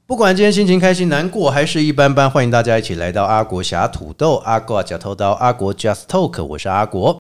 不管今天心情开心、难过还是一般般，欢迎大家一起来到阿国侠土豆、阿国假偷刀、阿国 Just Talk， 我是阿国。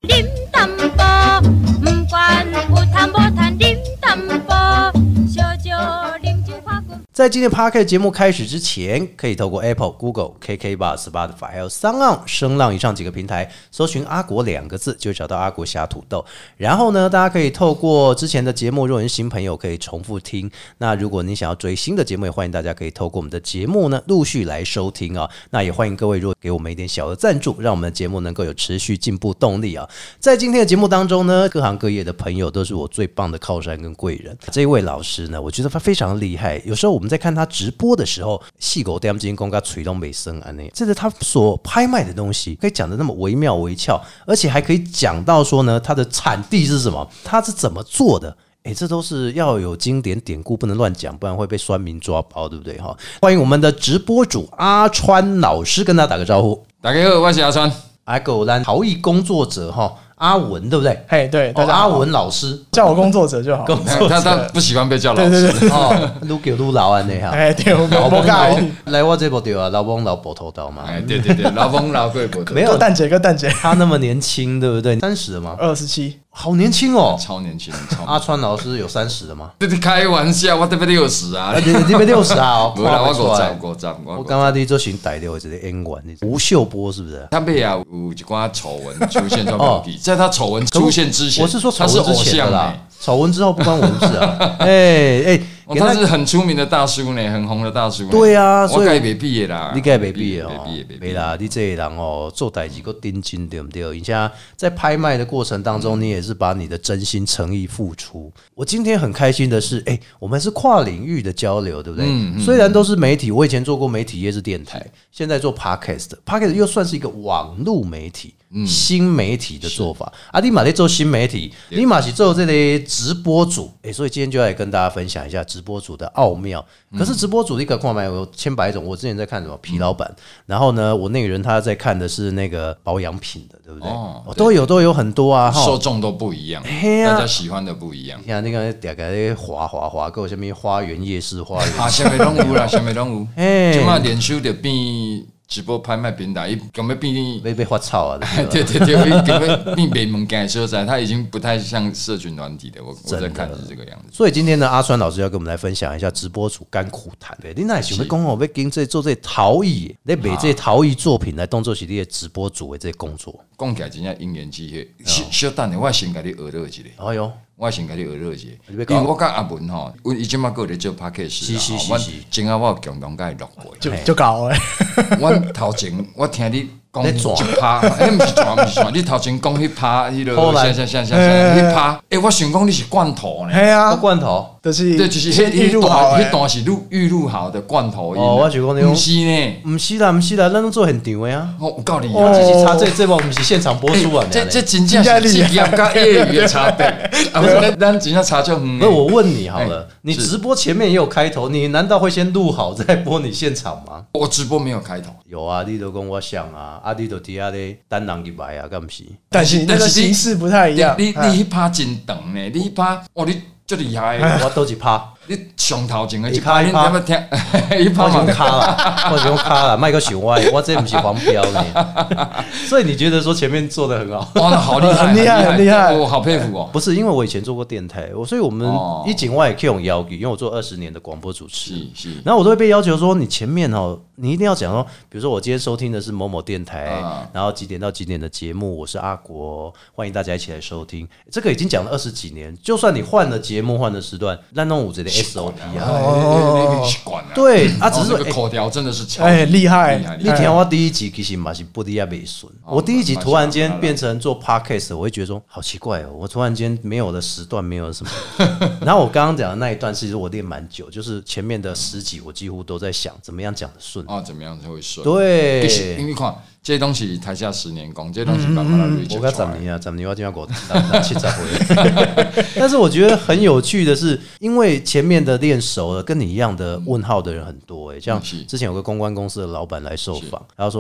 在今天 Podcast 节目开始之前，可以透过 Apple、Google、KKBOX、Spotify 还有SoundOn、声浪以上几个平台搜寻阿国2个字，就会找到阿国侠土豆。然后呢，大家可以透过之前的节目，如果你是新朋友可以重复听。那如果你想要追新的节目，也欢迎大家可以透过我们的节目呢陆续来收听啊。那也欢迎各位如果给我们一点小的赞助，让我们的节目能够有持续进步动力啊。在今天的节目当中呢，各行各业的朋友都是我最棒的靠山跟贵人。这一位老师呢，我觉得他非常厉害。有时候我们在看他直播的时候，细狗点睛公跟吹动美声啊，这是他所拍卖的东西，可以讲得那么惟妙惟肖，而且还可以讲到说呢，它的产地是什么，它是怎么做的。这都是要有经典典故，不能乱讲，不然会被酸民抓包，对不对？欢迎我们的直播主阿川老师，跟大家打个招呼。 大家好，我是阿川。 还有我们陶艺工作者阿文，对不对？ 嘿，对，大家好， 阿文老师， 叫我工作者就好。 他不喜欢被叫老师。 对对哦，愈叫愈老安尼哈。 对，我不介意。 来我这部对啊，老翁老婆头刀嘛。 对，老翁老贵婆头。 没有蛋姐跟蛋姐， 他那么年轻，对不对？30了吗 ？27， 好年轻哦， 超年轻。 阿川老师有30了吗？ 开玩笑，我这边60啊。 你这边60啊？ 没啦，我50。 我刚刚你做新逮到这个演员，吴秀波是不是？ 他背啊有一寡丑闻出现在媒体，在他丑闻出现之前， 我是说丑闻之前的啦，丑闻之后不关我的事啊。 他是很出名的大叔呢，很红的大叔。 对啊， 所以我该没毕业啦， 你该没毕业哦，没啦，你这个人做代志够认真，对不对？而且在拍卖的过程当中，你也是把你的真心诚意付出。我今天很开心的是，我们是跨领域的交流，对不对？虽然都是媒体，我以前做过媒体业是电台，现在做 Podcast 又算是一个网络媒体。新媒体的做法啊，你嘛在做新媒体，你嘛是做这类直播主，所以今天就来跟大家分享一下直播主的奥妙。可是直播主你可看嘛，有千百种。我之前在看什么皮老板，然后呢，我那个人他在看的是那个保养品的，对不对？都有很多啊， 受众都不一样，大家喜欢的不一样。 像那个大概滑，跟我下面花园夜市花园， 下面拢有啦，下面拢有。即马脸书就变直播拍卖平台，伊根本被发臭啊！ 对，根本变别门间所在，它已经不太像社群软体的。我在看是这个样子。 所以今天呢，阿川老师要跟我们来分享一下直播主甘苦谈。你哪想要讲要跟做这陶艺，你卖这陶艺作品来当做是你的直播主的这工作。 讲起来真正因缘际会，小等下我先给你学热一下。 哎呦！ 我先给你学热一下，因为我跟阿文伊即马个在做 podcast 我前下我共同甲伊录过， 就搞诶。 我头前我听你讲一趴，不是转，你头前讲迄趴，迄个迄趴，我想讲你是罐头呢， 系啊， 罐头， 就是迄段是预录好的罐头音。 我就讲你， 不是呢， 不是啦，咱拢做现场的啊。 我有够厉害，这是差这部不是现场播出啊， 这真正是职业跟业余的差别。咱真正差就不是我问你好了，你直播前面也有开头，你难道会先录好再播你现场吗？ 我直播没有开头。 有啊，你都跟我想啊，你都底下咧单人入来啊，敢不是？ 但是那个形式不太一样。 你迄趴真长呢，你迄趴你最厉害。 我都一趴。 你上头前的一趴， 你要听？一趴我用卡啦，我用卡啦，卖个想歪，我这不是黄标呢。所以你觉得说前面做得很好？ 哇，好厉害， 很厉害， 我好佩服哦。 不是，因为我以前做过电台，所以我们一景外也可以用要求，因为我做20年的广播主持，然后我都会被要求说，你前面你一定要讲说，比如说我今天收听的是某某电台，然后几点到几点的节目，我是阿国，欢迎大家一起来收听。这个已经讲了20几年，就算你换了节目、换了时段，咱弄有这个 SOP 啊。对啊，只是这个口条真的是超厉害。 你听我第一集其实嘛是不也没顺，我第一集突然间变成做 podcast， 我会觉得说好奇怪哦，我突然间没有了时段，没有了什么。然后我刚刚讲的那一段，其实我练蛮久，就是前面的10集我几乎都在想怎么样讲的顺怎么样才会顺。 对， 因为看这些东西台下10年功，这些东西慢慢累积出来。 我讲10年啊，10年我今晚给我70回。但是我觉得很有趣的是，因为前面的练熟了，跟你一样的问号的人很多像之前有个公关公司的老板来受访，然后说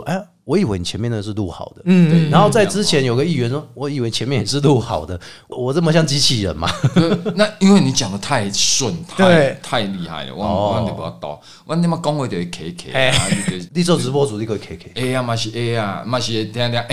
我以为你前面那是录好的， 嗯， 然后在之前有个议员说，我以为前面也是录好的，我这么像机器人吗？ 那因为你讲的太顺， 对太厉害了，我就不要倒，我他妈讲话就会 K K 啊， 你做直播主你可以 K K， 哎呀嘛是哎呀，嘛是听听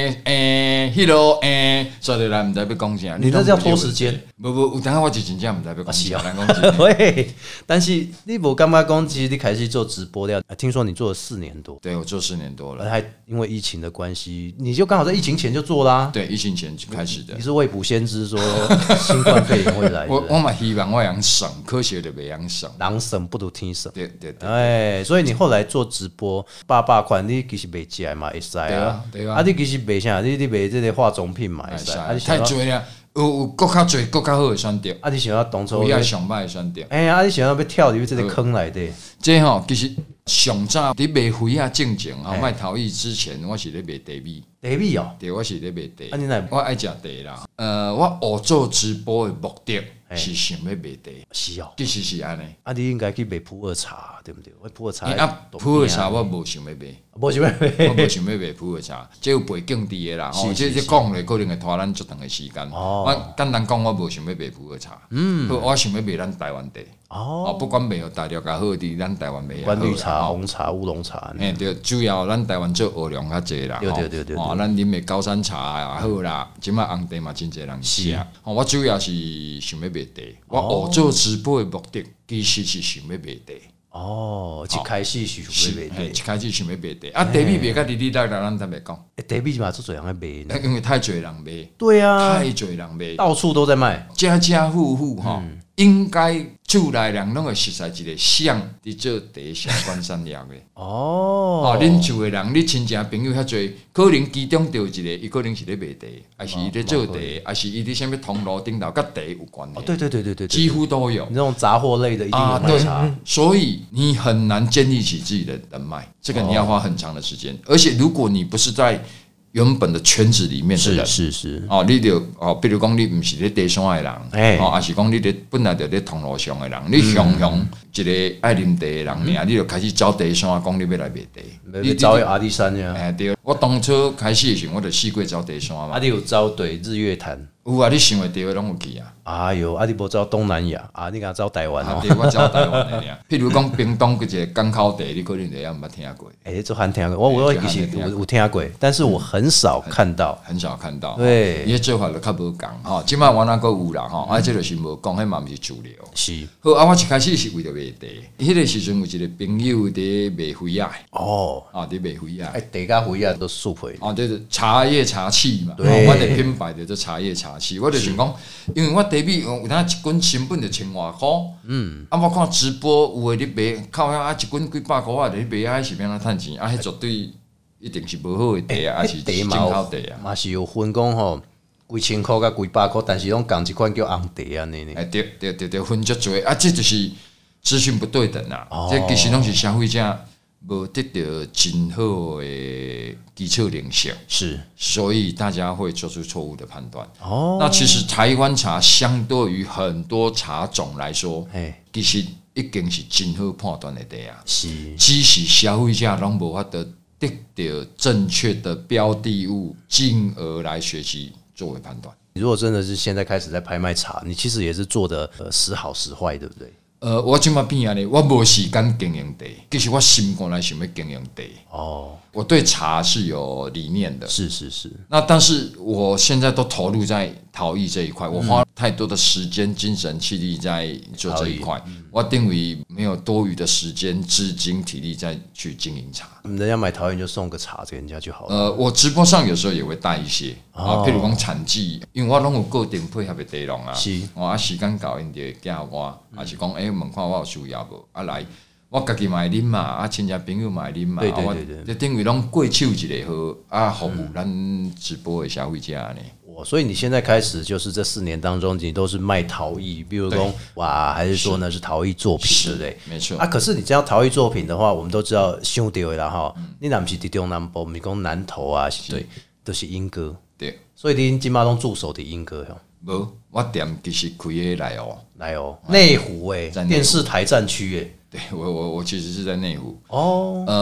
，hello 所以咱唔知要讲啥， 你那叫拖时间。 不，有当下我就真正唔知要讲啥，咱讲真的。 喂，但是你无感觉讲，其实你开始做直播了，听说你做了4年多， 对我做4年多了， 还因为疫情的关系，你就刚好在疫情前就做啦。 对，疫情前就开始的你。是未卜先知说新冠肺炎会来， 我嘛希望我养省，科学的袂养省， 人省不如天省。 对， 哎，所以你后来做直播800块，你其实卖起来嘛会使啊。 对啊啊，你其实卖啥？你卖这个化妆品嘛会使。啊，你太多了，有更较多、更较好的选择。 啊，你想要当初不要上歹的选择。 哎呀，啊，你想要要跳入这个坑来的。 这吼其实上早伫卖花啊正经吼，卖陶艺之前，我是咧卖茶米。 茶米哦， 对，我是咧卖茶。 啊，你哪我爱食茶啦。我学做直播的目的是想要卖茶。 是哦， 其实是安尼。 啊，你应该去卖普洱茶，对不对？我普洱茶普洱茶我无想要卖。 无想要卖， 我无想要卖普洱茶，这有背景伫的啦。吼，这讲咧可能会拖咱足长的时间。我简单讲，我无想要卖普洱茶。我想要卖咱台湾茶。哦，不管卖互大陆也好，伫咱台湾卖也好。 绿茶、红茶、乌龙茶。 对，主要咱台湾做学量较济啦。 对。 哦，咱啉的高山茶也好啦，即摆红茶嘛真侪人食。我主要是想要卖茶。我学做直播的目的，其实是想要卖茶。 哦，一开始是想要卖茶， 一开始想要卖茶。啊，茶米卖甲哩哩啦啦，咱才袂讲。 茶米嘛，做侪人在卖， 因为太侪人卖。 对啊， 太侪人卖， 到处都在卖， 家家户户吼，应该厝内人拢会熟悉一个像伫做茶相关产业的。哦，恁厝的人，你亲戚朋友遐侪，可能其中就有一个，伊可能是咧卖茶，还是伊咧做茶，还是伊伫啥物铜锣顶头甲茶有关的。 对， 几乎都有。 那种杂货类的一定有卖茶， 所以你很难建立起自己的人脉，这个你要花很长的时间。而且如果你不是在原本的圈子里面的人， 是哦，你就哦，比如讲你不是咧茶山的人，哦，还是讲你咧本来就咧铜锣上的人，你雄一个爱啉茶的人你就开始找茶山，讲你要来卖茶， 你找阿里山呀？ 哎，对，我当初开始的时候，我就试过找茶山嘛。 啊，你有找对日月潭？ 有啊，你想的地方拢有去啊。 哎呦，啊你无走东南亚啊？你敢走台湾哦？ 对，我走台湾的俩。譬如讲屏东一个港口茶，你可能就也毋捌听过。 这还听过，我其实有听过，但是我很少看到， 很少看到。 对， 伊个做法就较无共吼。即摆我那个有啦吼，这就是无讲，迄嘛毋是主流。 是。 好啊，我一开始是为着卖茶，迄个时阵有一个朋友伫卖花仔。哦。啊，伫卖花仔。 茶甲花仔都素配。 哦，就是茶叶茶器嘛。对。我的品牌就做茶叶茶器，我就想讲，因为我茶米有当一斤成本就1200块。啊，我看直播有诶咧卖，靠啊一斤几百块啊，咧卖啊，是免哪趁钱？啊，迄绝对一定是无好诶茶啊，还是进口茶啊？ 嘛是有分讲吼，几千块甲几百块，但是拢共一款叫红茶安尼呢。 哎，对，分足多啊，这就是资讯不对等啦。这其实拢是消费者无得到真好的基础认识， 是， 所以大家会做出错误的判断。哦，那其实台湾茶相对于很多茶种来说，其实已经是真好判断的茶啊。是，只是消费者拢无法得到正确的标的物金额来学习作为判断。 你如果真的是现在开始在拍卖茶，你其实也是做的时好时坏，对不对？ 我即马变安尼，我无时间经营茶，其实我心肝来想要经营茶。哦，我对茶是有理念的。 是。 那但是我现在都投入在陶艺这一块，我花太多的时间、精神、气力在做这一块，我定位没有多余的时间、资金、体力再去经营茶。 人家买陶艺就送个茶给人家就好了。 我直播上有时候也会带一些啊，譬如讲产季，因为我拢有固定配合的内容啊。是，我时间到，因就叫我，还是讲问看我有需要无？啊来，我家己嘛会啉嘛，啊亲戚朋友嘛会啉嘛，对，等于拢过手一个好啊，服务咱直播的消费者呢。 所以你现在开始就是这4年当中，你都是卖陶艺，比如说哇，还是说呢是陶艺作品，对不对？ 没错啊。可是你这样陶艺作品的话，我们都知道兄弟啦哈，你哪不是伫中南部，你讲南投啊，对，都是莺歌， 对。 所以你今嘛拢驻守伫莺歌哟。 无，我店其实开喺来哦，内湖电视台站区对，我其实是在内湖。哦，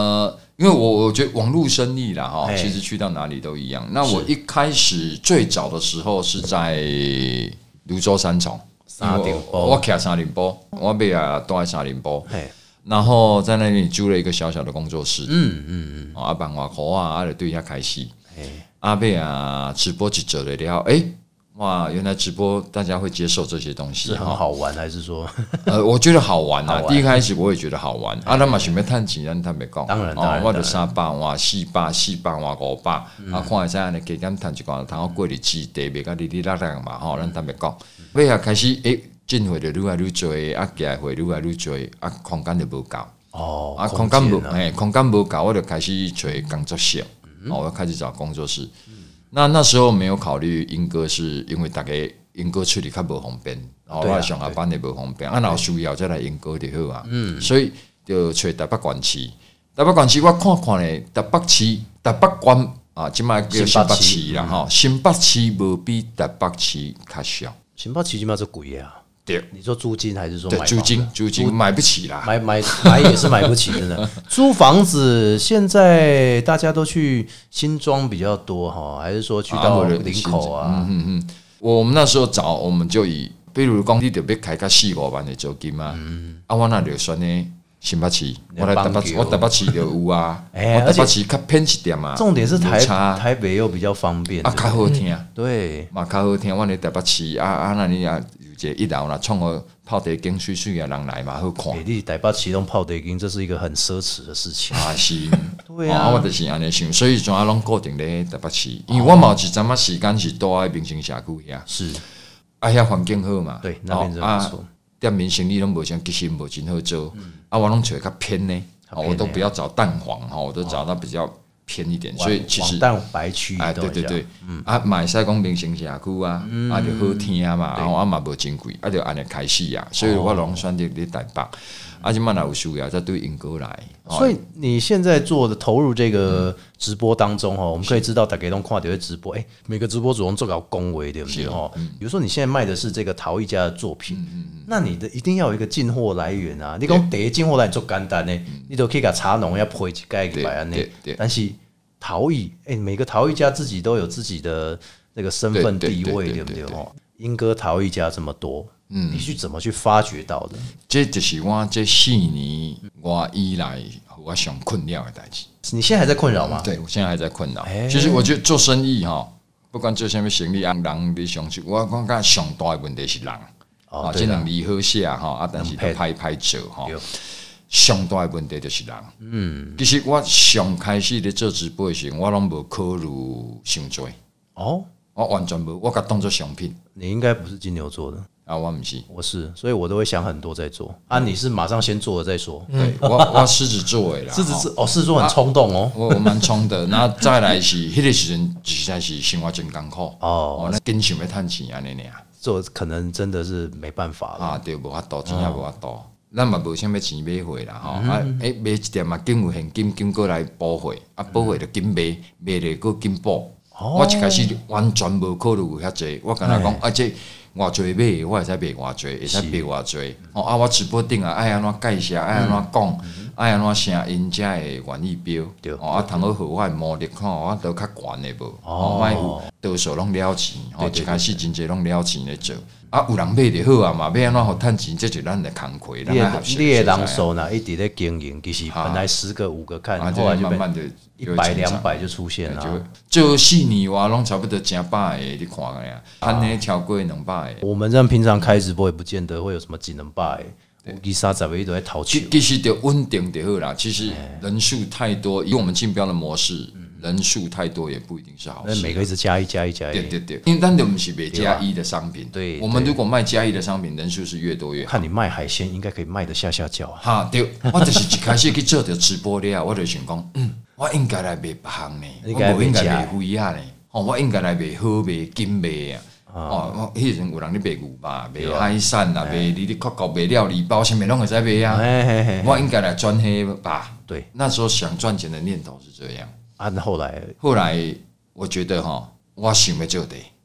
因为我觉得网络生意啦哈，其实去到哪里都一样。那我一开始最早的时候是在泸州三重，我徛三林波，我妹啊都在三林波，然后在那里租了一个小小的工作室，啊办外口啊，就对遐开始，阿妹啊直播一做了了，哇，原来直播大家会接受这些东西， 是很好玩还是说？ 我觉得好玩啊。第一开始我也觉得好玩，咱嘛想要趁钱，咱坦白讲， 当然， 我就300换400换500，看会使安尼加减趁一寡，通我过日子，地袂甲哩哩啦啦嘛，吼，咱坦白讲，尾下开始，进货就愈来愈多，啊，寄货愈来愈多，啊，空间就无够，空间无够，我就开始找工作室，我开始找工作室。那时候没有考虑英歌，是因为大家英歌处理较无方便，然后上下班也无方便，若有需要再来英歌就好啊。所以就找台北县市，台北县市我看咧，台北市、台北县啊，即摆叫新北市啦吼，新北市无比台北市较小。 新北市即摆最贵啊。 对， 你说租金还是说买租金买不起啦， 买也是买不起，真的。租房子现在大家都去新庄比较多哈，还是说去到林口啊？ 我们那时候找，我们就以，比如讲你就要开个4-5万的租金嘛，我那就选呢新北市，我台北市就有啊，我台北市较偏一点嘛。 重点是台北又比较方便， 较好听， 对， 嘛较好听。我哋台北市那你啊。一楼啦，创个泡茶间水水啊，人来嘛好看。 你台北市拢泡茶间，这是一个很奢侈的事情。 是， 对啊， 我就是安尼想，所以怎啊拢固定咧台北市，因为我嘛有一阵仔时间是住喺民生社区遐， 是， 遐环境好嘛， 对，那边真不错。 店面生意拢无像，其实无真好做，我拢找较偏呢，我都不要找蛋黄我都找到比较。偏一点，所以其实蛋白区对，买赛讲民生社区啊，就好听嘛，然后嘛无真贵，就安尼开始啊，所以我拢选择咧台北，即满若有需要再对英歌来。 所以你现在做的投入这个直播当中我们可以知道大家都看到的直播，每个直播主都做到恭维，对不对比如说你现在卖的是这个陶艺家的作品，那你的一定要有一个进货来源啊。你讲第一进货来源做简单呢，你都可以把茶农要配一盖一百安内，但是陶艺，每个陶艺家自己都有自己的那个身份地位，对不对？英歌陶艺家这么多，你去怎么去发掘到的？ 这就是我这4年我以来我上困扰的代志。 你现在还在困扰吗？ 对，我现在还在困扰。其实我觉得做生意不管做什么生意，人你上去，我感觉上大的问题是人这人离好写但是都歹做上大的问题就是人。其实我上开始咧做直播的时候，我拢无考虑伤多。我完全无，我甲当作商品。 你应该不是金牛座的啊，我不是， 我是，所以我都会想很多再做啊。你是马上先做了再说。 对，我狮子座的啦， 狮子座很冲动我蛮冲的。然后再来是迄个时阵，实在是生活真艰苦那紧想要趁钱安尼尔， 做可能真的是没办法了对，无法度，真正无法度。咱嘛无啥物钱买货啦买一点嘛，紧有现金，紧过来补货，补货就紧买了个紧补。我一开始完全无考虑有遐济，我敢若讲这偌济买，我会使卖偌济，会使卖偌济。我直播顶爱安怎介绍，爱安怎讲，爱安怎声音才会愿意标。通好互我的魔力看，我都较悬的无。莫有多数拢了钱，一开始真济拢了钱咧做。有人买就好嘛，要安怎互趁钱，这就咱的工课。 你的人数呢，一直在经营，其实本来10个5个看，后来就慢慢的 100、200就出现了。 就4年我拢差不多成100个，你看个呀，安尼超过200个。 我们这样平常开直播也不见得会有什么几能200个。230个都在淘球， 其实就稳定就好啦。其实人数太多，以我们竞标的模式，人数太多也不一定是好事。 每个一直加一。 对，因为咱就不是卖加一的商品。 对， 我们如果卖加一的商品，人数是越多越好。 看你卖海鲜，应该可以卖得下脚啊。对，我就是一开始去做着直播了，我就想讲，我应该来卖别行呢，我不应该卖鱼啊呢，我应该来卖好卖金卖啊。迄时阵有人咧卖牛肉、卖海产啦、卖你的口卖料理包，什么拢会使卖啊。我应该来转黑吧。 对， 那时候想赚钱的念头是这样。 后来我觉得我想要做的，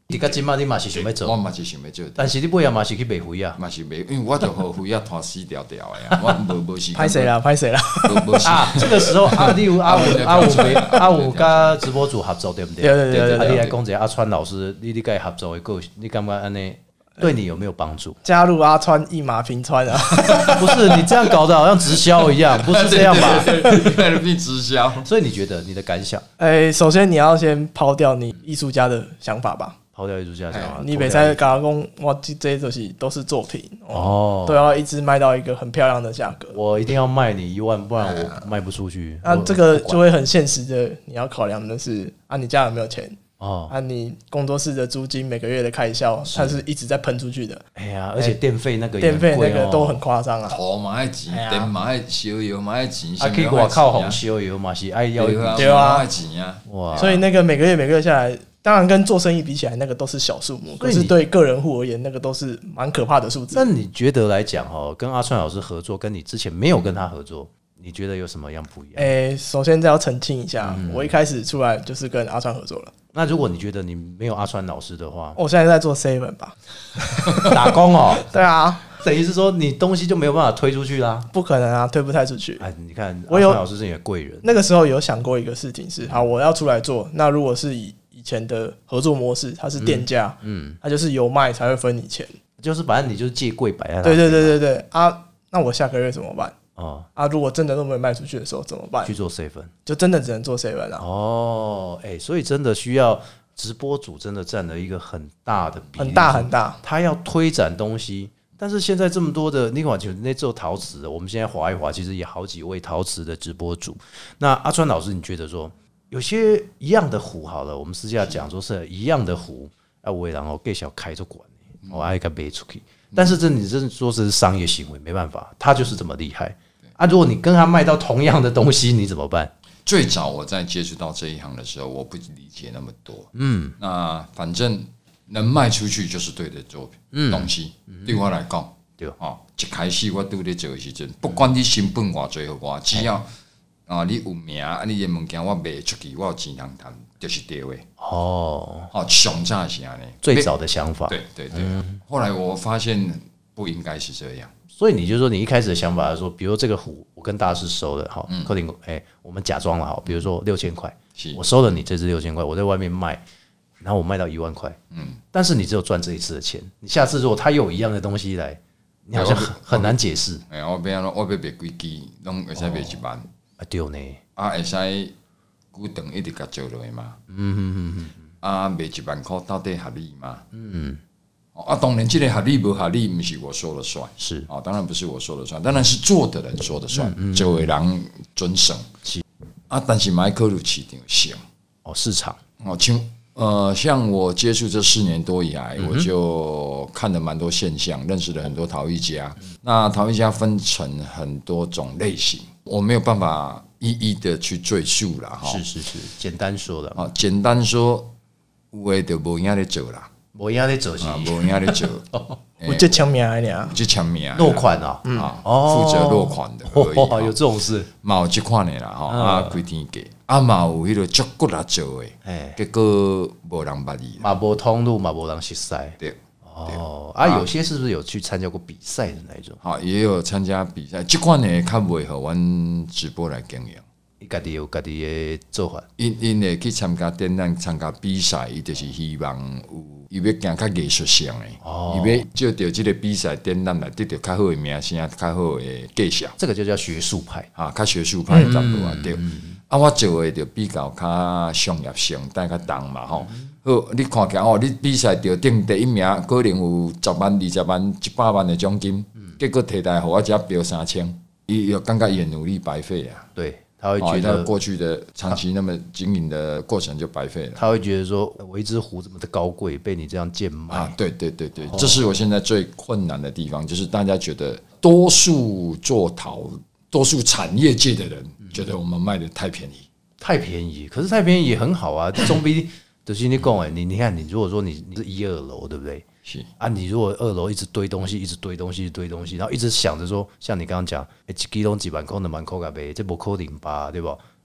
你到今嘛你嘛是想要做， 我嘛是想要做， 但是你尾啊嘛是去卖肥啊， 嘛是袂，因为我就好肥啊拖死条条的呀，我无时间。 拍谁啦？拍谁啦？ 无时间。 这个时候例如阿武跟直播主合作对不对？ 对。 你来讲一下阿川老师，你跟他合作的个，你感觉安尼对你有没有帮助？ 加入阿川一马平川啊！ 不是你这样搞得好像直销一样，不是这样吧？ 变直销。 所以你觉得你的感想？ 首先你要先抛掉你艺术家的想法吧。 抛掉艺术家想法， 你别再跟他讲，哇，这些都是作品哦，都要一直卖到一个很漂亮的价格。 我一定要卖你1万，不然我卖不出去。 那这个就会很现实的，你要考量的是你家有没有钱？你工作室的租金每个月的开销，它是一直在喷出去的。 哎呀，而且电费那个都很夸张啊， 土嘛爱钱，电嘛爱烧油嘛爱钱， 去外口红烧油嘛是爱要对啊， 爱钱啊！ 哇，所以那个每个月下来。当然，跟做生意比起来，那个都是小数目。可是对个人户而言，那个都是蛮可怕的数字。 那你觉得来讲跟阿川老师合作，跟你之前没有跟他合作，你觉得有什么样不一样？ 首先要澄清一下，我一开始出来就是跟阿川合作了。 那如果你觉得你没有阿川老师的话， 我现在在做 7 吧， 打工哦。 对啊， 等于是说你东西就没有办法推出去啦。 不可能啊，推不太出去。 你看阿川老师是你的贵人。 那个时候有想过一个事情是，好，我要出来做，那如果是以前的合作模式，它是店价，它就是有卖才会分你钱， 就是反正你就是借柜摆在那。 对那我下个月怎么办？如果真的都没有卖出去的时候怎么办？ 去做7， 就真的只能做7啊。 所以真的需要直播主真的占了一个很大的比例， 很大， 他要推展东西。但是现在这么多的，你看就那做陶瓷的，我们现在滑一滑，其实也好几位陶瓷的直播主。那阿川老师，你觉得说？有些一样的壶好了，我们私下讲说是一样的壶，我然后给小开着管，我爱给卖出去。但是你真说是商业行为，没办法，他就是这么厉害如果你跟他卖到同样的东西，你怎么办？ 最早我在接触到这一行的时候，我不理解那么多。那反正能卖出去就是对的作品东西。对我来讲，对一开始我拄咧做的时阵，不管你成本偌济好偌，只要你有名，你的物件我卖出去，我有钱通赚，就是对的。上早是安尼， 最早的想法。 对。后来我发现不应该是这样， 所以你就说你一开始的想法是说，比如这个壶我跟大师收的，可能我们假装了比如说6000块，我收了你这支6000块，我在外面卖，然后我卖到1万块，但是你只有赚这一次的钱，你下次如果他又有一样的东西来，你好像很难解释。 我要卖几支，拢会使卖1万。 对呢， 会使久长一直甲做落去嘛。卖1万块到底合理吗？当然，这个合理不合理，不是我说了算。 是当然不是我说了算，当然是做的人说了算，做的人准绳。但是买考虑市场性市场像我接触这4年多以来，我就看了蛮多现象，认识了很多陶艺家。那陶艺家分成很多种类型，我没有办法一一的去赘述啦。 是，简单说的。 简单说，有的就无影咧做啦， 无影咧做是， 无影咧做。 我就签名的俩， 就签名落款负责落款的而已。 有这种事， 嘛有这款的啦，几天价，嘛有迄个足骨力做的，结果无人捌伊， 嘛无通路，嘛无人熟悉。 对， 有些是不是有去参加过比赛的那一种？ 也有参加比赛，这款的较袂互阮直播来经营。 伊家己有家己的做法， 因会去参加展览、参加比赛，伊就是希望伊要行较艺术性的，伊要借着这个比赛展览来得到较好的名声、较好的介绍。 这个就叫学术派较学术派的程度对。我做的就比较较商业性，但较重嘛吼。好，你看起来你比赛得第1名，可能有10万、20万、100万的奖金，结果摕来互我只标3000，伊有感觉伊的努力白费啊。 对。他会觉得过去的长期那么经营的过程就白费了。 他会觉得说，我一只壶这么的高贵，被你这样贱卖对，这是我现在最困难的地方，就是大家觉得多数做陶、多数产业界的人觉得我们卖的太便宜， 太便宜。可是太便宜也很好啊，总比就是你讲你看你如果说你是1、2楼，对不对？ 是你如果2楼一直堆东西，然后一直想着说，像你刚刚讲，1支拢几万块、2万块个卖，这不可能吧，对不？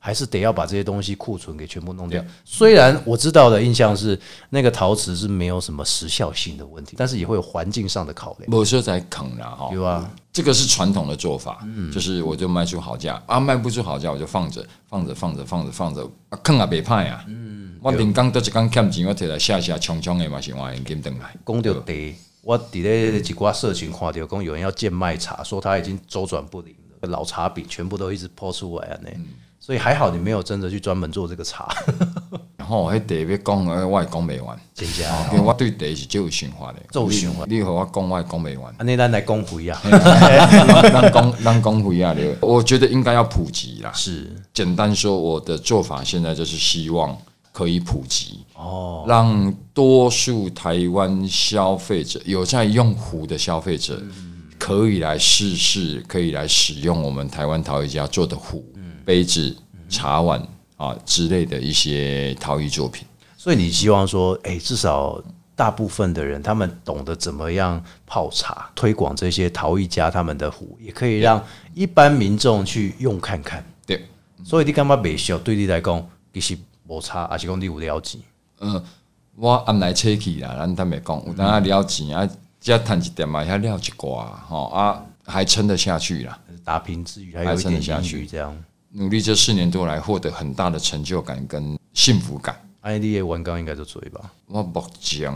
还是得要把这些东西库存给全部弄掉。虽然我知道的印象是那个陶瓷是没有什么时效性的问题，但是也会有环境上的考量。 没说在坑啦，哈， 对啊， 这个是传统的做法，就是我就卖出好价啊，卖不出好价我就放着，啊，坑也袂歹啊。我连刚得一刚欠钱，我摕来下冲的嘛，是换现金回来。 讲到地，我伫咧一寡社群看到，讲有人要贱卖茶，说他已经周转不灵了，老茶饼全部都一直抛出来呢。所以还好你没有真的去专门做这个茶。 然后迄地要讲，我会讲袂完， 真正， 因为我对地是最有想法的。 有想法， 你和我讲，我会讲袂完。 安尼咱来讲回啊， 咱讲回啊，我觉得应该要普及啦。 是， 简单说，我的做法现在就是希望可以普及，让多数台湾消费者有在用壶的消费者，可以来试试，可以来使用我们台湾陶艺家做的壶。杯子、茶碗啊之类的一些陶艺作品， 所以你希望说，至少大部分的人他们懂得怎么样泡茶，推广这些陶艺家他们的壶，也可以让一般民众去用看看。 对， 所以你感觉袂俗，对你来讲其实无差，还是讲你有了解？ 我按来切去啦，咱坦白讲，有当了钱啊，只趁一点嘛，遐了一寡吼啊，还撑得下去啦。 打拼之余，还有一点下去，这样。 努力这4年多来，获得很大的成就感跟幸福感。 你的员工应该就多吧？ 我目前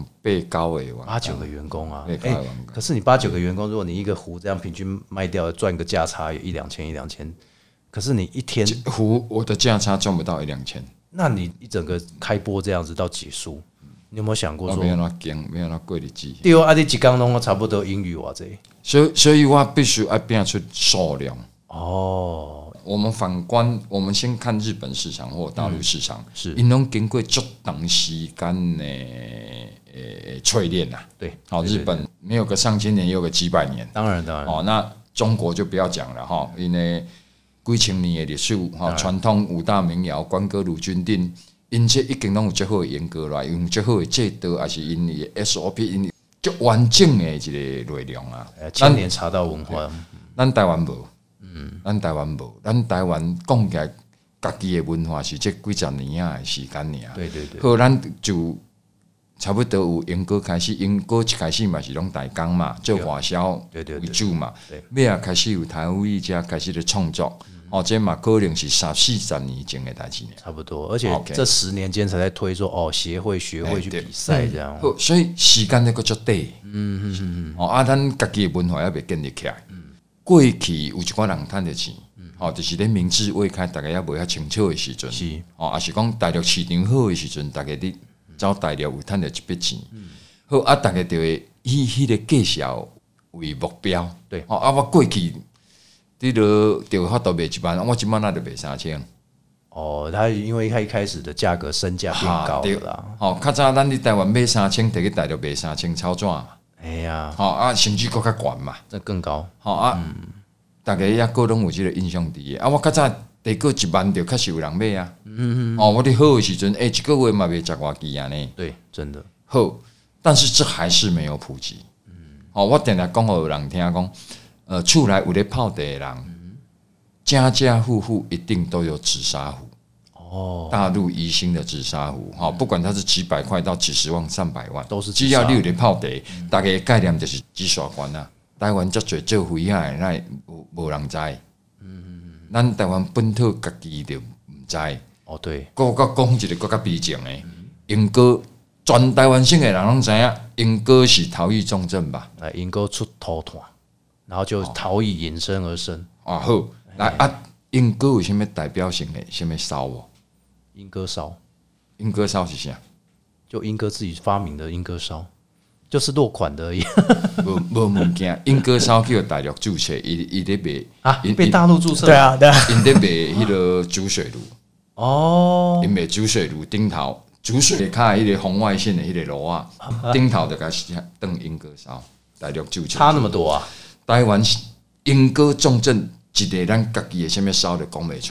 8、9个员工 ，8、9个员工啊。可是你8、9个员工，如果你一个壶这样平均卖掉，赚个价差有1、2千、1、2千，可是你一天壶我的价差赚不到1、2千， 那你一整个开播这样子到结束，你有没有想过说？ 没有那惊，没有那过日子。 对啊，你一天拢差不多英语偌济， 所以我必须要变出数量。我们反观，我们先看日本市场或大陆市场， 是因拢经过足长时间的淬炼啦。 对， 好，日本没有个上千年，也有个几百年。 当然。 那中国就不要讲了哈，因为几千年的历史哈，传统5大民谣、关歌、鲁君定，因这已经拢有最好的严格来，用最好的制度，还是因的 SOP， 因足完整的一个内容啊。 千年茶道文化， 咱台湾无。咱台湾无，咱台湾讲起来，家己的文化是这几十年的时间尔。 对。 好，咱就差不多有英歌开始，英歌一开始嘛是拢大工嘛，做外销为主嘛。尾啊开始有台湾艺家开始的创作，这嘛可能是30、40年前的代志。 差不多，而且这10年间才在推说协会、学会去比赛这样。 好，所以时间那个足短。咱家己的文化也未建立起来。过去有一寡人赚着钱，就是咧明治未开，大家也无遐清楚的时阵，也是讲大陆市场好的时阵，大家咧走大陆有赚着一笔钱，好大家就会以迄个计销为目标， 对， 我过去你就法度卖1万，我1万那就卖3000。 他因为他一开始的价格身价变高了啦， 较早咱伫台湾卖3000，摕去大陆卖3000，超赚嘛。甚至更较悬嘛， 这更高。 大家也各拢有这个印象伫的。我较早得过1万就确实有人买啊。我伫好的时阵，一个月嘛卖10外支安尼。 对，真的好，但是这还是没有普及。我定定讲互人听讲，厝内有咧泡茶的人，家家户户一定都有紫砂壶。大陆宜兴的紫砂壶，不管它是几百块到几十万、300万， 都是只要你有咧泡茶，大家的概念就是紫砂罐啊。台湾遮侪做灰啊，那无人知。咱台湾本土家己就唔知。 对。 讲一个更较悲情的，英歌全台湾省的人拢知影，英歌是陶艺重镇吧？ 英歌出头团，然后就陶艺引申而生。 好，来英歌有啥物代表性的？啥物烧无？ 莺歌烧， 莺歌烧是啥？ 就莺歌自己发明的莺歌烧，就是落款的而已。 无物件，莺歌烧去大陆注册，伊咧卖被大陆注册。 对啊， 因咧卖迄个煮水炉。因卖煮水炉顶头煮水卡迄个红外线的迄个炉啊，顶头就甲是当莺歌烧，大陆注册。 差那么多啊！ 台湾莺歌重镇一个咱家己的啥物烧就讲袂出来啦。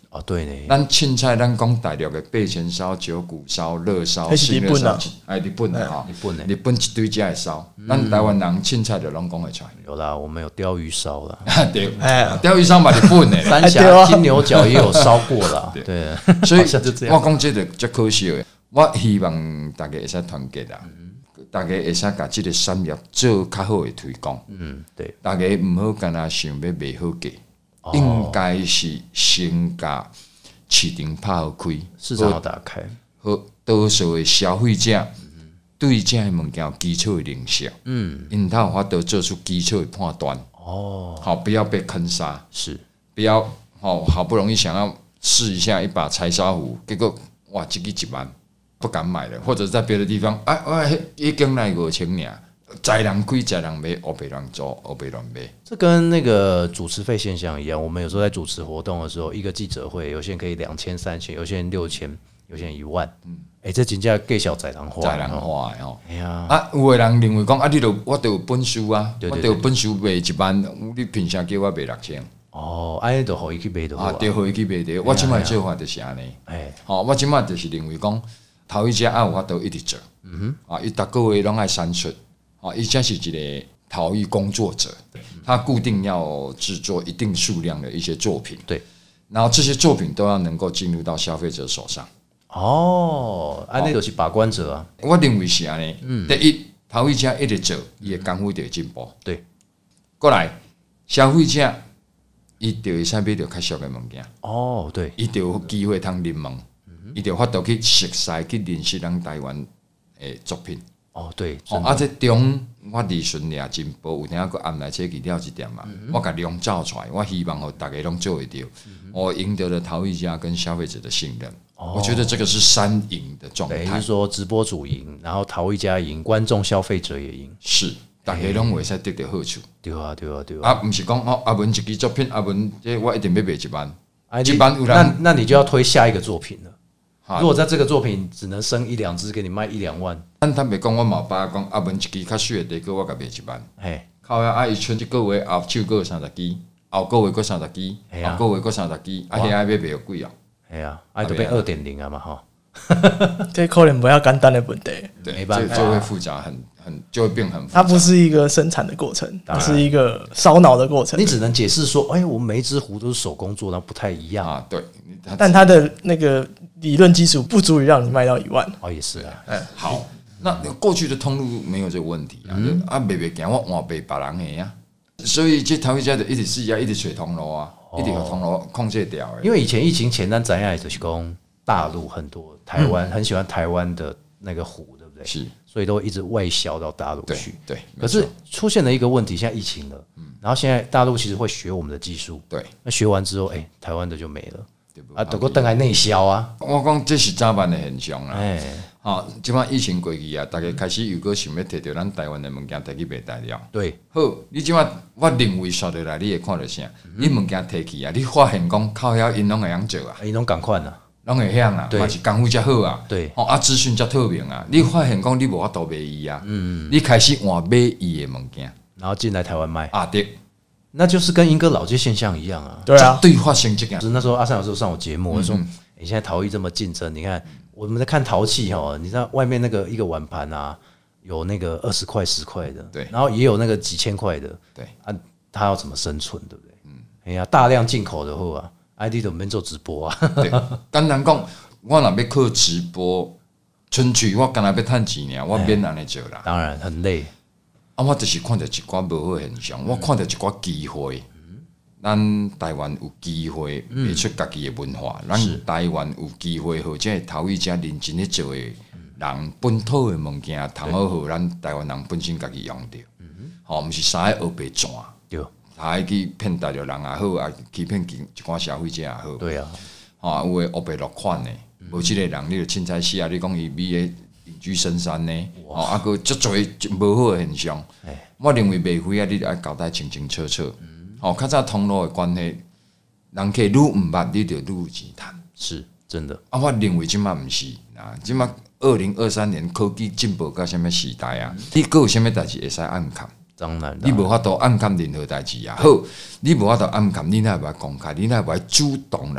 哦，对呢， 咱凊彩咱讲大陆的八仙烧、九股烧、热烧、新热烧，日本的哈，日本一堆家的烧，咱台湾人凊彩就拢讲会出来。 有啦，我们有鲷鱼烧啦， 对，鲷鱼烧嘛日本的， 三峡金牛角也有烧过啦，对， 所以我讲这个最可惜的，我希望大家会使团结啦。大家会使甲即个产业做较好的推广， 对， 大家毋好干那想要卖好价，应该是先甲市场拍好开， 市场要打开， 好多数的消费者对这些物件有基础的认识，因才有法度做出基础的判断。好，不要被坑杀， 是， 不要好不容易想要试一下一把柴烧壶，结果哇，这个1万。不敢买了，或者在别的地方，已经来5000尔，在人开，在人卖，黑白乱做，黑白乱卖。 这跟那个主持费现象一样。我们有时候在主持活动的时候，一个记者会，有些人可以2000、3000，有些人6000，有些人1万。这真正计小在人花， 在人花的哎呀， 有的人认为讲我都有本事啊，我都有本事卖1万，你凭啥叫我卖6000？ 安尼就互伊去卖就好。 对，互伊去卖掉。我即摆做法就是安尼。我即摆就是认为讲。头一家有法度一直做，伊逐个月拢爱产出，伊才是一个陶艺工作者，他固定要制作一定数量的一些作品， 对， 然后这些作品都要能够进入到消费者手上。 安尼就是把关者啊。 我认为是安尼。第一，陶艺家一直做，伊的功夫就会进步。 对， 过来消费者，伊就会使买到较俗的物件。 对， 伊就有机会通入门。伊就法度去熟悉、去认识咱台湾诶作品。 对， 这中我理顺也真薄，有听个按来切去了一点嘛。我甲量照出来，我希望互大家拢做会到，我赢得了陶艺家跟消费者的信任。我觉得这个是3赢的状态。 等于是说直播主赢，然后陶艺家赢，观众、消费者也赢， 是大家拢会使得到好处。 对啊， 毋是讲阿文一支作品，阿文我一定要卖1万 ，1万有人，那你就要推下一个作品了。如果在这个作品只能生1-2支给你卖1-2万， 咱坦白讲，我嘛爸讲阿文一支较水的地，我甲卖1万。靠呀！伊剩一个月后手个30支，后个月个30支，后个月个30支，迄爱买卖贵啊！ 就变2.0啊嘛哈。 这可能不要简单的问题， 对，没办法，就会复杂，就会变很复杂。 它不是一个生产的过程，它是一个烧脑的过程。 你只能解释说，我们每一只壶都是手工做，然后不太一样啊。对， 但它的那个理论基础不足以让你卖到1万。 也是啊。 好，那过去的通路没有这个问题啊，卖行我换卖别人的呀，所以这陶艺家就一直试一直找通路啊，一直把通路控制掉。 因为以前疫情前，咱知影就是讲大陆很多台湾很喜欢台湾的那个壶，对不对？ 是， 所以都一直外销到大陆去。 对， 可是出现了一个问题，现在疫情了，然后现在大陆其实会学我们的技术， 对， 那学完之后，台湾的就没了，都够等来内销啊。 我讲这是早晚的现象啦。即摆疫情过去啊，大家开始又搁想要摕到咱台湾的物件摕去卖大了。 对， 好，你即摆我认为刷落来，你会看到啥？你物件摕去啊，你发现讲靠遐因拢会晓做啊， 因拢共款啊。 拢会晓啊，嘛是功夫则好啊， 对， 资讯则透明啊。你发现讲你无法度卖伊啊，你开始换买伊的物件， 然后进来台湾卖啊，对， 那就是跟英歌老街现象一样啊。 对啊， 对，发生这样。 那时候阿三老师上我节目，我说：“现在陶艺这么竞争，你看我们在看陶器你知道外面那个一个碗盘啊，有那个20块、10块的， 对， 然后也有那个几千块的， 对他要怎么生存，对不对？大量进口的话，ID 都免做直播啊。 对，简单讲。我若要靠直播，纯粹我干那要趁钱尔，我免安尼做啦。 当然很累。 我就是看到一寡无好现象，我看到一寡机会。咱台湾有机会卖出家己的文化，咱台湾有机会，或者陶艺家认真咧做的人，本土的物件，通好互咱台湾人本身家己用着。毋是三个黑白赚， 对， 还去骗大陆人也好，啊，欺骗一寡消费者也好。 对啊， 有诶黑白落款的。无即个人，你就凊彩死啊！你讲伊美诶隐居深山呢，个足侪无好诶现象。我认为卖飞啊，你爱交代清清楚楚。较早通路诶关系，人客愈毋捌，你就愈有钱趁。 是真的。 我认为即摆毋是啊，即摆2023年科技进步到什么时代啊？你佫有啥物代志会使暗藏？ 当然， 你无法度暗藏任何代志啊。好，你无法度暗藏，你哪会公开？你哪会主动来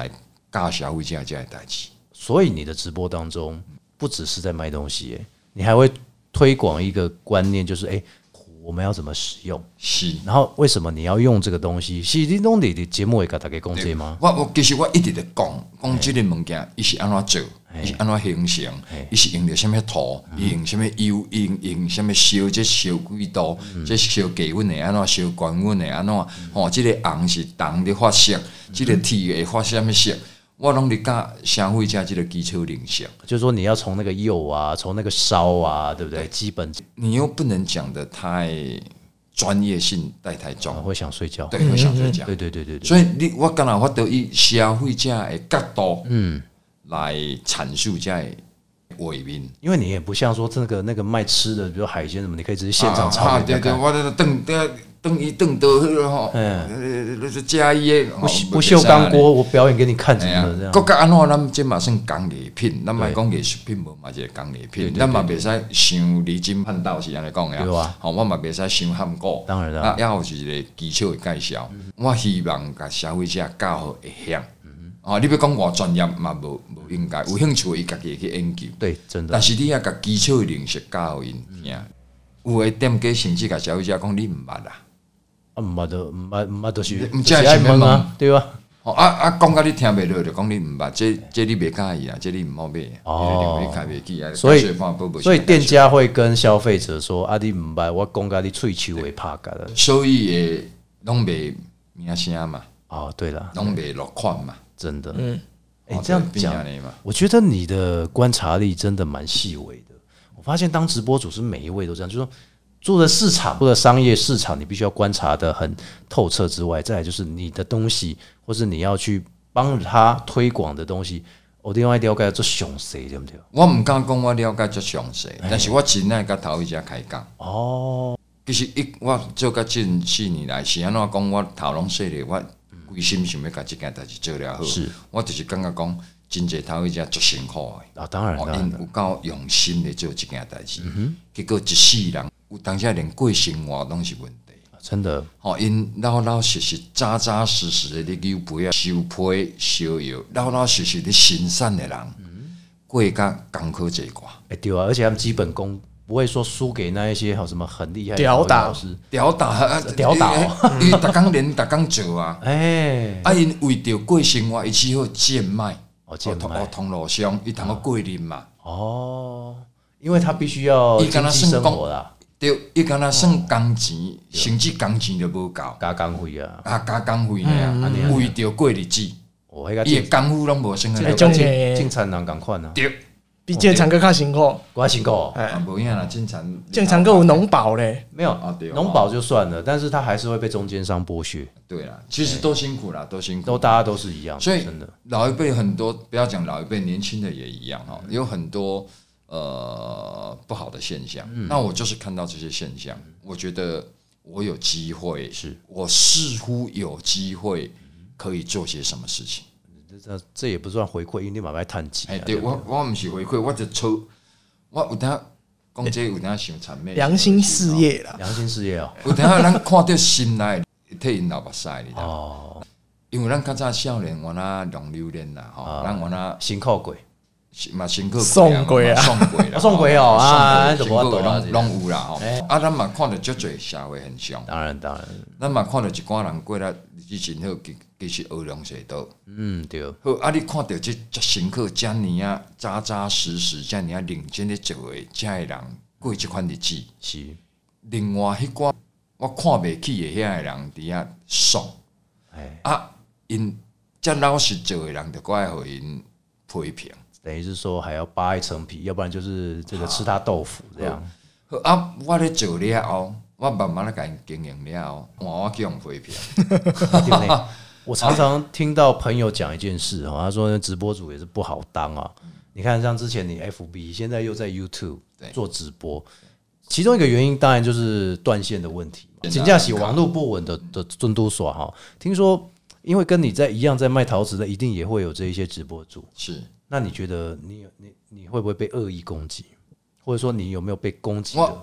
教消费者这些代志。 所以你的直播当中，不只是在卖东西，你还会推广一个观念，就是我们要怎么使用？ 是。 然后为什么你要用这个东西？是你拢你的节目会给大家讲这吗？ 其实我一直在讲这个物件，伊是安怎做，伊是安怎形成，伊是用着什么图，伊用什么油，用什么烧，这烧几度，这烧低温的安怎，烧高温的安怎？这个红是红的发色，这个铁会发什么色？我拢伫教消费者这个基础认识， 就是说你要从那个釉啊，从那个烧啊，对不对？基本你又不能讲得太专业性太重， 会想睡觉， 对，会想睡觉， 对。 所以我刚才我都以消费者的角度，来阐述这画面， 因为你也不像说那个卖吃的，比如海鲜什么，你可以直接现场炒。 对，我炖伊炖倒吼，加伊的不锈钢锅，我表演给你看怎么这样。 国家安怎，咱这嘛算工艺品，咱莫讲艺术品，无嘛一个工艺品，咱嘛袂使伤离经叛道是安尼讲呀。我嘛袂使伤含糊。 当然了，也有是一个基础的介绍。我希望甲消费者教好会晓。你要讲我专业嘛，无应该，有兴趣伊家己去研究。 对，真的。 但是你要甲基础的认识教互因听。有诶店家甚至甲消费者讲你毋捌啦。 毋捌就是爱问啊，对吧？ 讲甲你听袂落，就讲你毋捌，这你袂介意啊，这你毋好买，你开袂起啊。 所以店家会跟消费者说：“你毋捌，我讲甲你喙手会拍甲了。” 所以拢袂名声嘛。 对了， 拢袂落款嘛， 真的。这样讲，我觉得你的观察力真的蛮细微的。我发现当直播主是每一位都这样，就是说。做的市场或者商业市场，你必须要观察的很透彻之外，再来就是你的东西，或是你要去帮他推广的东西，我另外了解做详细，对不对？ 我唔敢讲我了解做详细，但是我真爱甲头一家开讲。其实我做甲近4年来是安怎讲，我头拢说咧，我规心想要甲这件代志做了好。我就是感觉讲，真侪头一家足辛苦的。 当然， 因有够用心的做这件代志，结果一世人。有当下连过生活拢是问题， 真的。 因老实实、扎扎实实的你牛皮啊、收皮、烧药，老实实的行善的人，过甲艰苦这一寡。 对啊，而且他们基本功不会说输给那一些什么很厉害的吊打老师， 吊打，伊逐工练逐工做啊。因为着过生活，伊只好贱卖，铜锣商，伊通过日嘛。 因为他必须要经济生活啦。 对，伊敢若算工钱，甚至工钱都无够， 加工费啊， 加工费呢，为着过日子，伊的功夫拢无算啊。 进餐人共款啊， 对， 比正常更较辛苦， 更辛苦。 无影啦，正常更有农保咧， 没有农保就算了，但是他还是会被中间商剥削。 对啦，其实都辛苦啦，都辛苦， 都大家都是一样。 所以真的， 老一辈很多，不要讲老一辈，年轻的也一样哈，有很多。不好的现象，那我就是看到这些现象，我觉得我有机会，我似乎有机会可以做些什么事情。 这也不算回馈，因为你慢慢探级。 对我不是回馈，我就抽，我有当讲这有当想谄媚， 良心事业啦， 良心事业哦。 有当咱看到心内替因流目屎，你知道？因为咱较早少年，我那浪流连啦，咱我那辛苦过。 嘛，辛苦送过啊， 送过哦啊， 辛苦拢有啦吼。咱嘛看到足侪社会现象， 当然， 咱嘛看到一寡人过来日子真好，其实学良水道。 对。 好，你看到这辛苦，遮尔啊扎扎实实，遮尔啊认真咧做诶，遮个人过这款日子。 是。 另外迄寡我看袂起诶，遐个人伫遐爽。因遮老实做诶人，就怪互因批评。 等于是说还要扒一层皮，要不然就是这个吃他豆腐这样。 我咧做了后，我慢慢咧甲因经营了后，我叫人批评。 我常常听到朋友讲一件事，他说直播主也是不好当啊。你看，像之前你 FB， 现在又在 YouTube 做直播，其中一个原因当然就是断线的问题。真正是网络不稳的尊都耍哈。听说，因为跟你一样在卖陶瓷的，一定也会有这一些直播主。 是。 那你觉得你会不会被恶意攻击，或者说你有没有被攻击的？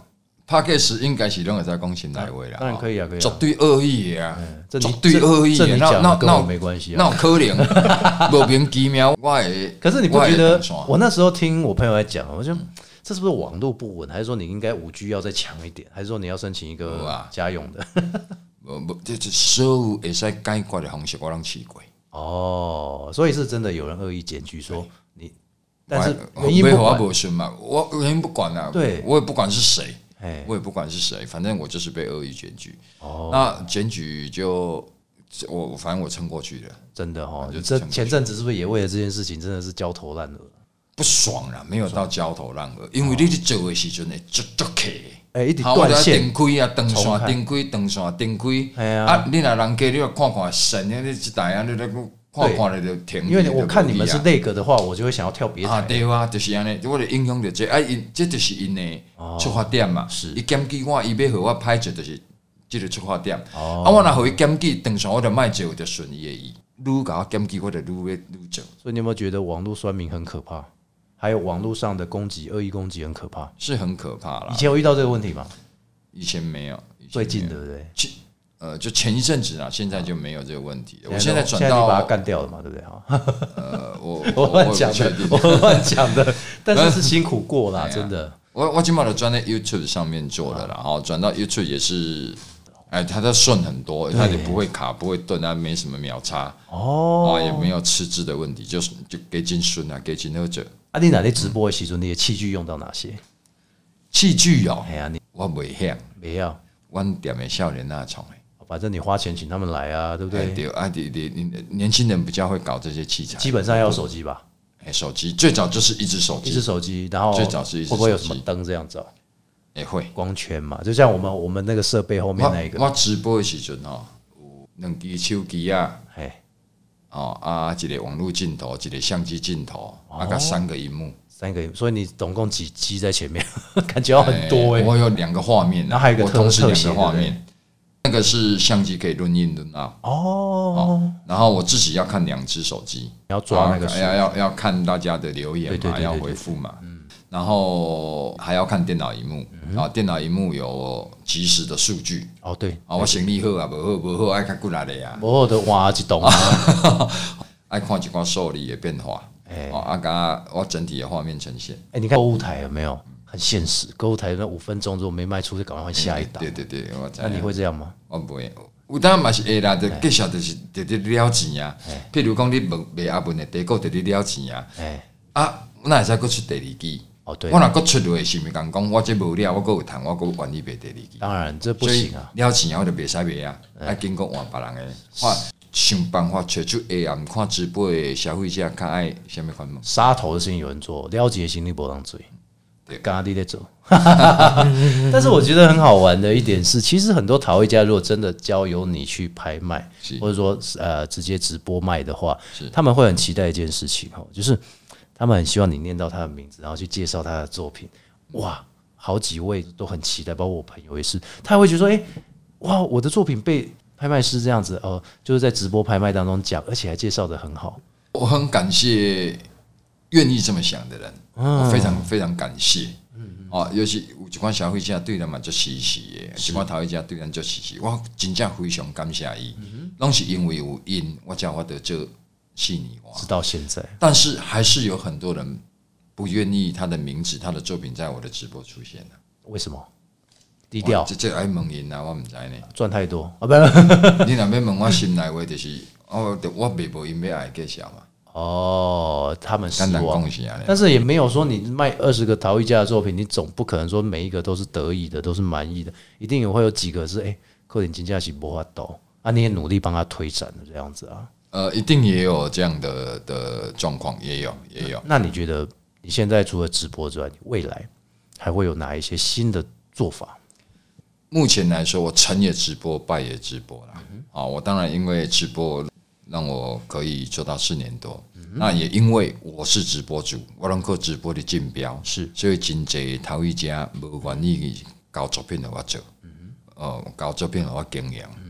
Podcast 应该是拢会在讲心内话啦， 当然可以啊，可以， 绝对恶意的啊， 绝对恶意的， 那我没关系啊， 那有可能莫名其妙， 可是你不觉得？我那时候听我朋友在讲，我就这是不是网络不稳，还是说你应该5G 要再强一点，还是说你要申请一个家用的？ 这所有会使解决的方式，我拢试过。 哦，所以是真的有人恶意检举说你，但是原因不管，我不顺嘛，我原因不管啊， 对， 我也不管是谁，我也不管是谁，反正我就是被恶意检举。哦，那检举就反正我撑过去了， 真的哈。就这前阵子是不是也为了这件事情真的是焦头烂额？ 不爽啦，没有到焦头烂额，因为你做的时阵会足客。 一直断线， 电开啊，灯线电开，灯线电开。啊，你若人家你要看看神，你这台啊，你看看就停。 因为我看你们是那个的话，我就会想要跳别台。 对啊，就是安尼，我就影响到这，这就是因的出发点嘛。是，伊检举我，伊要和我拍摄，就是这个出发点。我若和伊检举灯线，我就卖做，就顺伊的意。愈甲我检举，我就愈做。 所以你有没有觉得网络酸民很可怕？还有网络上的攻击、恶意攻击很可怕， 是很可怕啦。 以前有遇到这个问题吗？ 以前没有， 最近对不对？ 就前一阵子啊，现在就没有这个问题了。我现在转到，你把它干掉了嘛，对不对？ 我乱讲的，我乱讲的，但是是辛苦过啦，真的。 我今把的转在 YouTube 上面做了啦，然后转到 YouTube 也是，它在顺很多，它也不会卡，不会顿，它没什么秒差也没有吃字的问题，就给真顺啊，给真好做。 你哪里直播的时候，你的器具用到哪些？ 器具哦，我袂晓， 没有， 阮店的少年那创的。 反正你花钱请他们来啊，对不对？ 对啊，你年轻人比较会搞这些器材， 基本上要有手机吧？ 手机最早就是一只手机， 然后最早是一只手机， 会不会有什么灯这样子？ 也会光圈嘛，就像我们那个设备后面那一个。 我直播的时阵有2支手机啊，一个网络镜头，一个相机镜头，加3个萤幕。 所以你总共几机在前面？感觉要很多我有2个画面， 然后还有一个同时2个画面。那个是相机可以论in论 out 然后我自己要看2只手机， 你要抓那个要看大家的留言嘛，要回复嘛，然后还要看电脑萤幕，然后电脑萤幕有即时的数据。 对我生理好啊，不好爱看过来的呀， 不好的挖一洞啊， 爱看一寡受力的变化。我整体的画面呈现。 你看购物台有没有很现实？购物台那5分钟如果没卖出，就赶快换下一档。 对， 那你会这样吗？ 我不会，有当然嘛是会啦，就介绍就是直接了钱啊。譬如讲你卖阿文的地沟直接了钱啊。我哪会使搁出第2支？ 对， 我若搁出落是咪讲我这无了，我搁有谈，我搁愿意卖第2支。 当然这不行啊， 了钱我就袂使卖啊，要经过换别人的。我想办法找出看直播的消费者较爱什么款嘛？ 杀头的事情有人做，了解的心理不让追，刚刚在走。但是我觉得很好玩的一点是，其实很多陶艺家如果真的交由你去拍卖，或者说直接直播卖的话，他们会很期待一件事情就是他们很希望你念到他的名字，然后去介绍他的作品。哇，好几位都很期待，包括我朋友也是，他会觉得说，哇，我的作品被拍卖师这样子就是在直播拍卖当中讲，而且还介绍得很好。 我很感谢愿意这么想的人，我非常非常感谢。尤其有一款消费者对咱嘛足稀奇的，一款陶艺家对咱足稀奇，我真正非常感谢伊，拢是因为有因，我才法得做细腻画， 直到现在。 但是还是有很多人不愿意他的名字、他的作品在我的直播出现了。 为什么？低调， 这爱问因啊，我唔知呢。 赚太多不？ 你若要问我心内话，就是我袂无因要爱介绍嘛。 他们失望，但是也没有说你卖20个陶艺家的作品，你总不可能说每一个都是得意的，都是满意的，一定也会有几个是可能真正是没法度你也努力帮他推展的这样子啊。 一定也有这样的状况，也有。 那你觉得你现在除了直播之外，你未来还会有哪一些新的做法？ 目前来说，我成也直播，败也直播啦。我当然因为直播让我可以做到4年多，那也因为我是直播主，我能够直播的竞标，所以真侪陶艺家无愿意交作品给我做，交作品给我经营。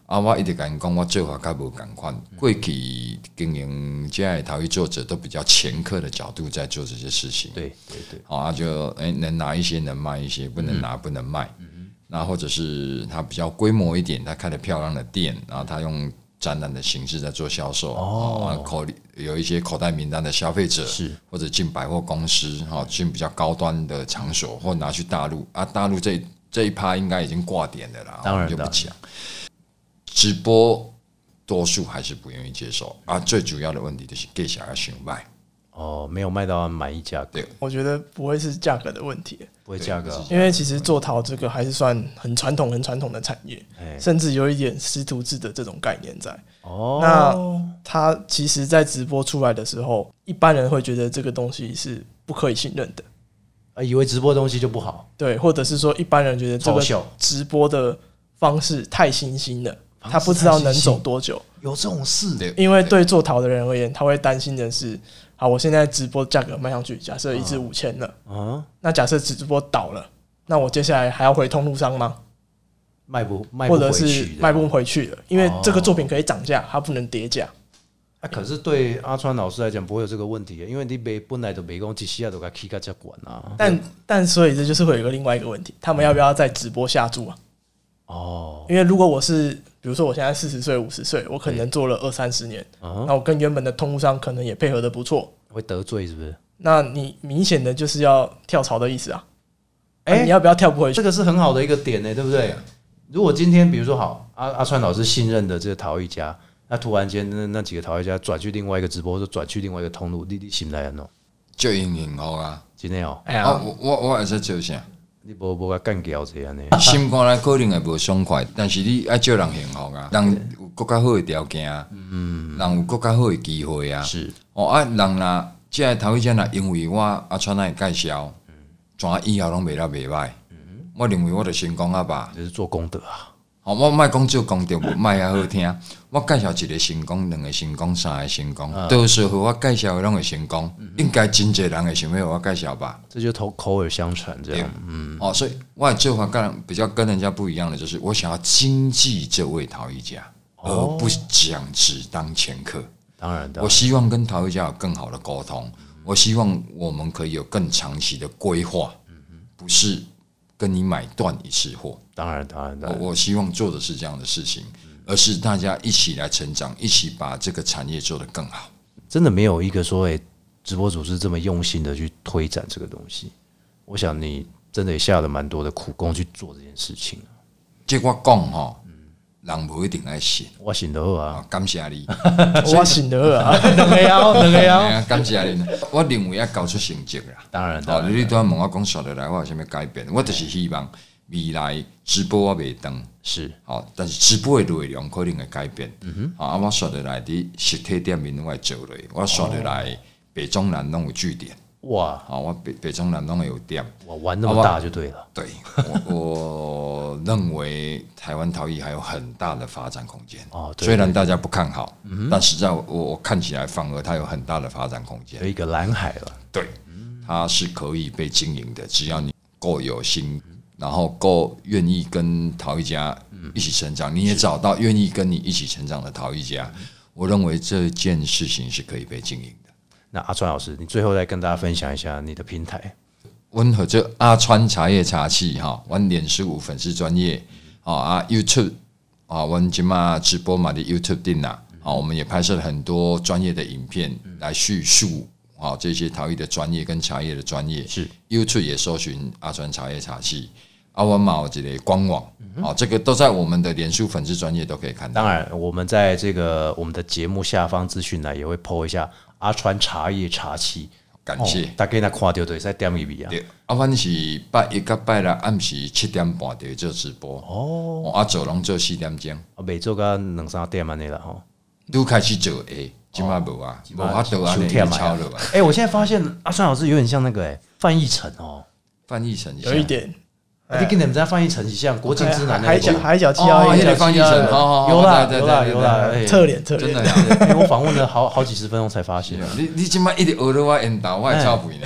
我一直甲因讲，我做法较无共款。过去经营这样的陶艺作者都比较前客的角度在做这些事情。 对， 就能拿一些，能卖一些，不能拿不能卖。那或者是他比较规模一点，他开了漂亮的店，然后他用展览的形式在做销售。有一些口袋名单的消费者，是或者进百货公司，进比较高端的场所，或拿去大陆啊。大陆这一趴应该已经挂点的啦， 当然就不讲。直播多数还是不愿意接受啊，最主要的问题就是价钱要想卖。 没有卖到满意价格。 我觉得不会是价格的问题， 不会价格， 因为其实做陶这个还是算很传统的产业，甚至有一点师徒制的这种概念在。那他其实在直播出来的时候，一般人会觉得这个东西是不可以信任的， 以为直播的东西就不好， 对，或者是说一般人觉得这个直播的方式太新兴了，他不知道能走多久。 有这种事的， 因为对做陶的人而言，他会担心的是，好，我现在直播价格卖上去，假设一支5000了，那假设直播倒了，那我接下来还要回通路商吗？或者是卖不回去的，因为这个作品可以涨价，它不能跌价。 可是对阿川老师来讲不会有这个问题，因为你本来就没讲一时都该起个这管啊。 但所以这就是会有另外一个问题，他们要不要在直播下注啊？因为如果我是比如说我现在40岁50岁，我可能做了20-30年，那我跟原本的通路商可能也配合的不错， 会得罪是不是？ 那你明显的就是要跳槽的意思啊！你要不要跳不回去？ 这个是很好的一个点对不对？如果今天比如说好阿川老师信任的这个陶艺家，那突然间那几个陶艺家转去另外一个直播，或者转去另外一个通路，你心内安怎？ 就幸福啊！ 真的我会使做啥？ 你无甲干掉这样呢？ 心肝来可能会无爽快，但是你爱叫人幸福啊，人有更加好的条件人有更加好的机会啊。 是人若这个陶艺家因为我阿川来介绍，全以后拢卖了袂歹。我认为我就成功啊吧， 就是做功德啊。 我莫讲做功德，莫遐好听。我介绍一个成功，两个成功，三个成功，多数和我介绍的拢会成功，应该真侪人会想要我介绍吧？ 这就口耳相传这样。 所以我的做法比较跟人家不一样的，就是我想要经济这位陶艺家，而不讲只当前客。 当然， 我希望跟陶艺家有更好的沟通，我希望我们可以有更长期的规划，不是跟你买断一次货。 当然， 我希望做的是这样的事情，而是大家一起来成长，一起把这个产业做得更好。 真的没有一个说直播主是这么用心的去推展这个东西。我想你真的也下了蛮多的苦功去做这件事情。 这我讲人不一定爱信， 我信得好啊， 感谢你， 我信得好啊，两个要， 感谢你。我认为要搞出成绩啦。 当然， 你都要问我讲说得来，我有什么改变？我就是希望未来直播我袂当是但是直播的内容可能会改变。我说得来伫实体店面我会做落，我说得来北中南拢有据点。 哇！ 我北中南拢有店， 哇，玩那么大就对了。 对，我认为台湾陶艺还有很大的发展空间。虽然大家不看好，但实在我看起来反而它有很大的发展空间， 有一个蓝海了。 对，它是可以被经营的，只要你够有心，然后够愿意跟陶艺家一起成长，你也找到愿意跟你一起成长的陶艺家，我认为这件事情是可以被经营的。 那阿川老师，你最后再跟大家分享一下你的平台。 我和这阿川茶叶茶器我脸书有粉丝专业YouTube 我今嘛直播嘛的 YouTube 顶啦我们也拍摄了很多专业的影片来叙述这些陶艺的专业跟茶叶的专业。是 YouTube 也搜寻阿川茶叶茶器。我嘛有一个官网这个都在我们的脸书粉丝专业都可以看到。 当然，我们在这个我们的节目下方资讯栏也会 po 一下阿川茶叶茶器。 感谢大家若看到就会使点入去啊。 对，阮是拜一到拜六暗时7点半就会做直播。做拢做4点钟。 未做到2-3点安尼啦吼。 都开始做今嘛无啊，无法度安尼超了吧？ 我现在发现阿川老师有点像那个范逸臣范逸臣有一点。 你跟你们在范逸臣像国境之南那个海角七号一范逸臣有啦， 侧脸真的因为我访问了好几十分钟才发现。 你今嘛一直学了我引导，我还超肥呢。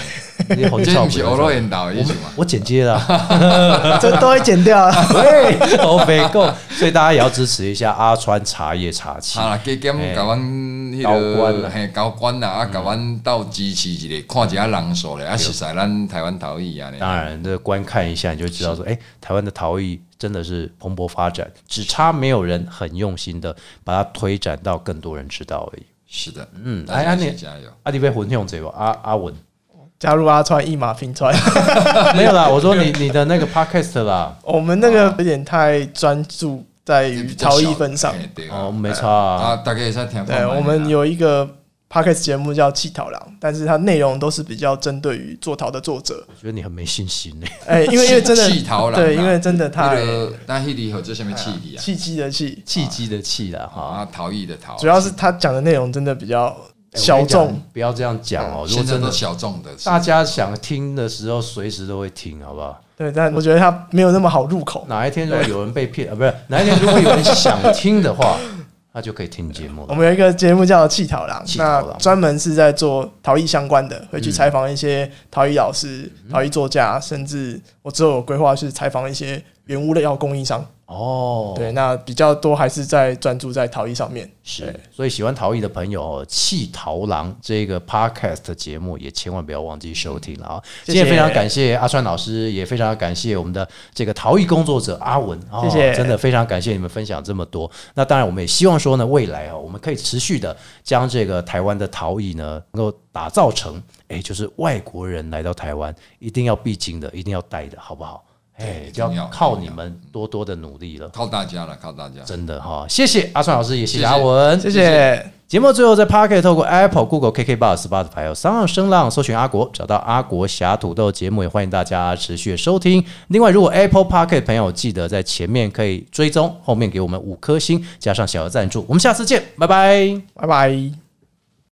你好这不是欧罗烟岛的意思吗？ 我剪接了， 这都会剪掉。 喂，欧北够，所以大家也要支持一下阿川茶叶茶器。 好啦，加减甲阮迄个高官啦，甲阮斗支持一下，看一下人数咧，熟悉咱台湾陶艺啊。 当然，这观看一下，你就知道说，台湾的陶艺真的是蓬勃发展，只差没有人很用心的把它推展到更多人知道而已。 是的， 阿你加油！阿你被混用这个阿文加入阿川一马平川， 没有啦，我说你的那个 podcast 啦， 我们那个有点太专注在于陶艺分上， 没差啊， 大家也在听。 对，我们有一个 podcast 节目叫气陶郎，但是它内容都是比较针对于做陶的作者。 我觉得你很没信心因为真的气陶郎， 对，因为真的太那迄里和这什么气体啊？ 契机的契， 契机的契啦哈， 陶艺的陶， 主要是他讲的内容真的比较小众， 不要这样讲哦。 现在都小众的， 大家想听的时候随时都会听，好不好？ 对，但我觉得它没有那么好入口。 哪一天如果有人被骗不是哪一天如果有人想听的话，那就可以听节目了。 我们有一个节目叫气陶郎，那专门是在做陶艺相关的，会去采访一些陶艺老师、陶艺作家，甚至我之后有规划是采访一些原物料供应商。对，那比较多还是在专注在陶艺上面。 是，所以喜欢陶艺的朋友气陶郎这个 podcast 节目也千万不要忘记收听了啊！今天非常感谢阿川老师，也非常感谢我们的这个陶艺工作者阿文， 谢谢， 真的非常感谢你们分享这么多。那当然，我们也希望说呢，未来我们可以持续的将这个台湾的陶艺呢，能够打造成，就是外国人来到台湾一定要必经的，一定要带的，好不好？就要靠你们多多的努力了， 靠大家了，靠大家， 真的哈！谢谢阿川老师，也谢谢阿文， 谢谢。 节目最后在 Podcast 透过 Apple、Google、KKBOX、Spotify 还有3浪声浪搜寻阿国，找到阿国侠土豆节目，也欢迎大家持续的收听。另外，如果 Apple Podcast 朋友记得在前面可以追踪，后面给我们5颗星，加上小额赞助。我们下次见，拜拜， 拜拜。